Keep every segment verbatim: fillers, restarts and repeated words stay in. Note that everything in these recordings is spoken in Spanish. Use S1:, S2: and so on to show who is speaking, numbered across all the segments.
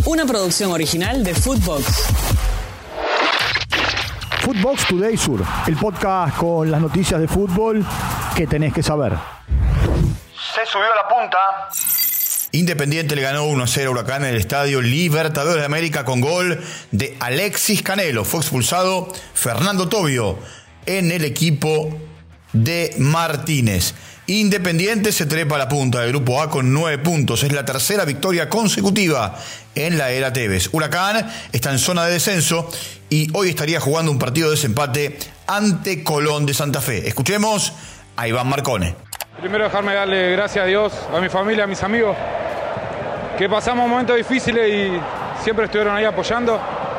S1: Una producción original de Footbox.
S2: Footbox Today Sur, el podcast con las noticias de fútbol que tenés que saber.
S3: Se subió a la punta.
S4: Independiente le ganó uno a cero a Huracán en el estadio Libertadores de América con gol de Alexis Canelo. Fue expulsado Fernando Tobio en el equipo de Martínez. Independiente se trepa a la punta del grupo A con nueve puntos. Es la tercera victoria consecutiva en la era Tevez. Huracán está en zona de descenso y hoy estaría jugando un partido de desempate ante Colón de Santa Fe. Escuchemos a Iván Marcone.
S5: Primero dejarme darle gracias a Dios, a mi familia, a mis amigos, que pasamos momentos difíciles y siempre estuvieron ahí apoyando.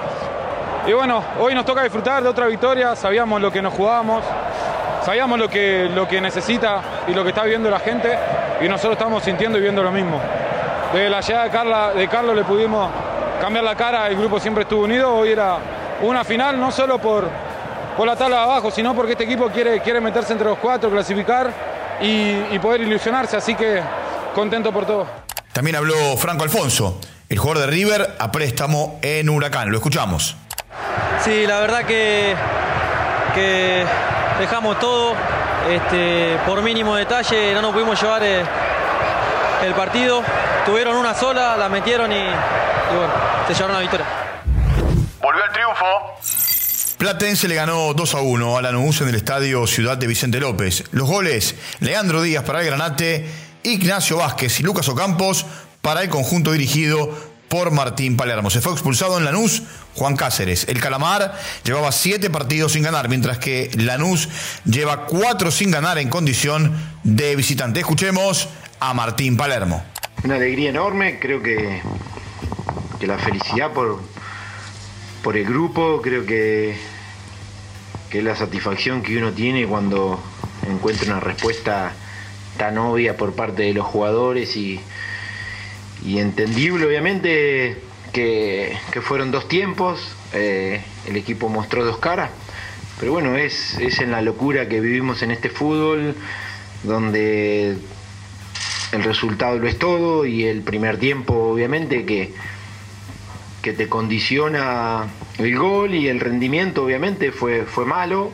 S5: Y bueno, hoy nos toca disfrutar de otra victoria, sabíamos lo que nos jugábamos, sabíamos lo que, lo que necesita y lo que está viviendo la gente y nosotros estamos sintiendo y viendo lo mismo. Desde la llegada de, Carla, de Carlos le pudimos cambiar la cara, el grupo siempre estuvo unido, hoy era una final no solo por, por la tabla de abajo, sino porque este equipo quiere, quiere meterse entre los cuatro, clasificar y, y poder ilusionarse, así que contento por todo.
S4: También habló Franco Alfonso, el jugador de River a préstamo en Huracán. Lo escuchamos.
S6: Sí, la verdad que, que dejamos todo, este, por mínimo detalle, no nos pudimos llevar el, el partido. Tuvieron una sola, la metieron y, y bueno, se llevaron la victoria.
S3: Volvió el triunfo.
S4: Platense le ganó dos a uno a Lanús en el estadio Ciudad de Vicente López. Los goles: Leandro Díaz para el Granate, Ignacio Vázquez y Lucas Ocampos para el conjunto dirigido por Martín Palermo. Se fue expulsado en Lanús Juan Cáceres. El Calamar llevaba siete partidos sin ganar, mientras que Lanús lleva cuatro sin ganar en condición de visitante. Escuchemos a Martín Palermo.
S7: Una alegría enorme, creo que, que la felicidad por, por el grupo, creo que, que es la satisfacción que uno tiene cuando encuentra una respuesta tan obvia por parte de los jugadores y Y entendible, obviamente, que, que fueron dos tiempos, eh, el equipo mostró dos caras, pero bueno, es, es en la locura que vivimos en este fútbol, donde el resultado lo es todo y el primer tiempo, obviamente, que, que te condiciona el gol y el rendimiento, obviamente, fue, fue malo,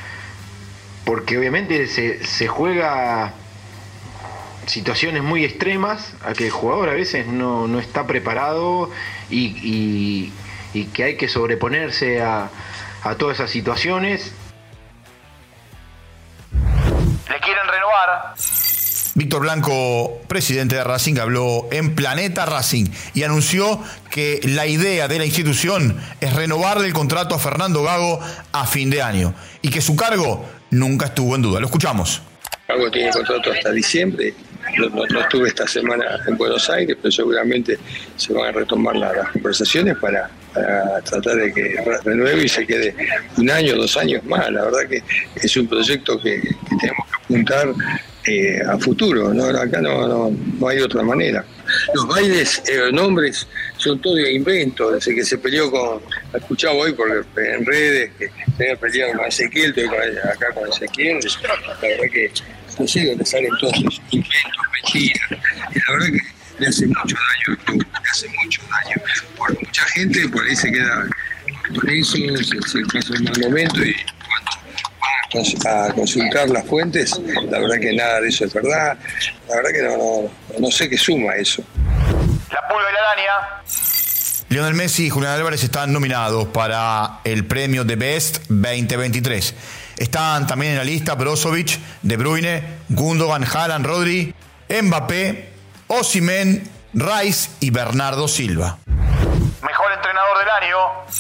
S7: porque obviamente se, se juega situaciones muy extremas a que el jugador a veces no, no está preparado y, y, y que hay que sobreponerse a, a todas esas situaciones.
S3: Le quieren renovar.
S4: Víctor Blanco, presidente de Racing, habló en Planeta Racing y anunció que la idea de la institución es renovarle el contrato a Fernando Gago a fin de año y que su cargo nunca estuvo en duda. Lo escuchamos.
S8: Gago tiene contrato hasta diciembre. No, no, no estuve esta semana en Buenos Aires, pero seguramente se van a retomar la, las conversaciones para, para tratar de que renueve y se quede un año, dos años más. La verdad que es un proyecto que, que tenemos que apuntar eh, a futuro, ¿no? Acá no, no, no hay otra manera. Los bailes, eh, los nombres son todo invento. Desde que se peleó con, escuchaba hoy porque en redes que se había peleado con Ezequiel, estoy con, acá con Ezequiel, la verdad que no sé dónde salen todos esos inventos, mentiras. Y la verdad que le hace mucho daño al club, le hace mucho daño. Por mucha gente por ahí se queda con eso, se, se pasa un mal momento y cuando van a consultar las fuentes, la verdad que nada de eso es verdad. La verdad que no, no, no sé qué suma eso.
S3: La pulga y la araña.
S4: Lionel Messi y Julián Álvarez están nominados para el premio The Best veinte veintitrés. Están también en la lista Brozovic, De Bruyne, Gundogan, Haaland, Rodri, Mbappé, Osimhen, Rice y Bernardo Silva.
S3: Mejor entrenador del año.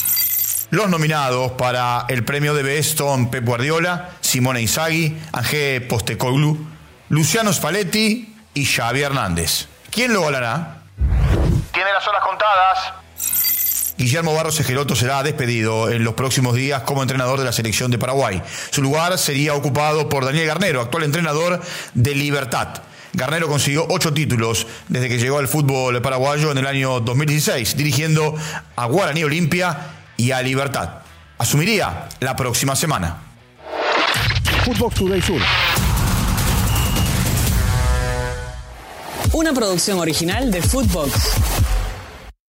S4: Los nominados para el premio The Best son Pep Guardiola, Simone Inzaghi, Ange Postecoglou, Luciano Spalletti y Xavi Hernández. ¿Quién lo ganará?
S3: Tiene las horas contadas.
S4: Guillermo Barros Esqueloto será despedido en los próximos días como entrenador de la selección de Paraguay. Su lugar sería ocupado por Daniel Garnero, actual entrenador de Libertad. Garnero consiguió ocho títulos desde que llegó al fútbol paraguayo en el año dos mil dieciséis, dirigiendo a Guaraní Olimpia y a Libertad. Asumiría la próxima semana.
S2: Footbox Today Sur.
S1: Una producción original de Footbox.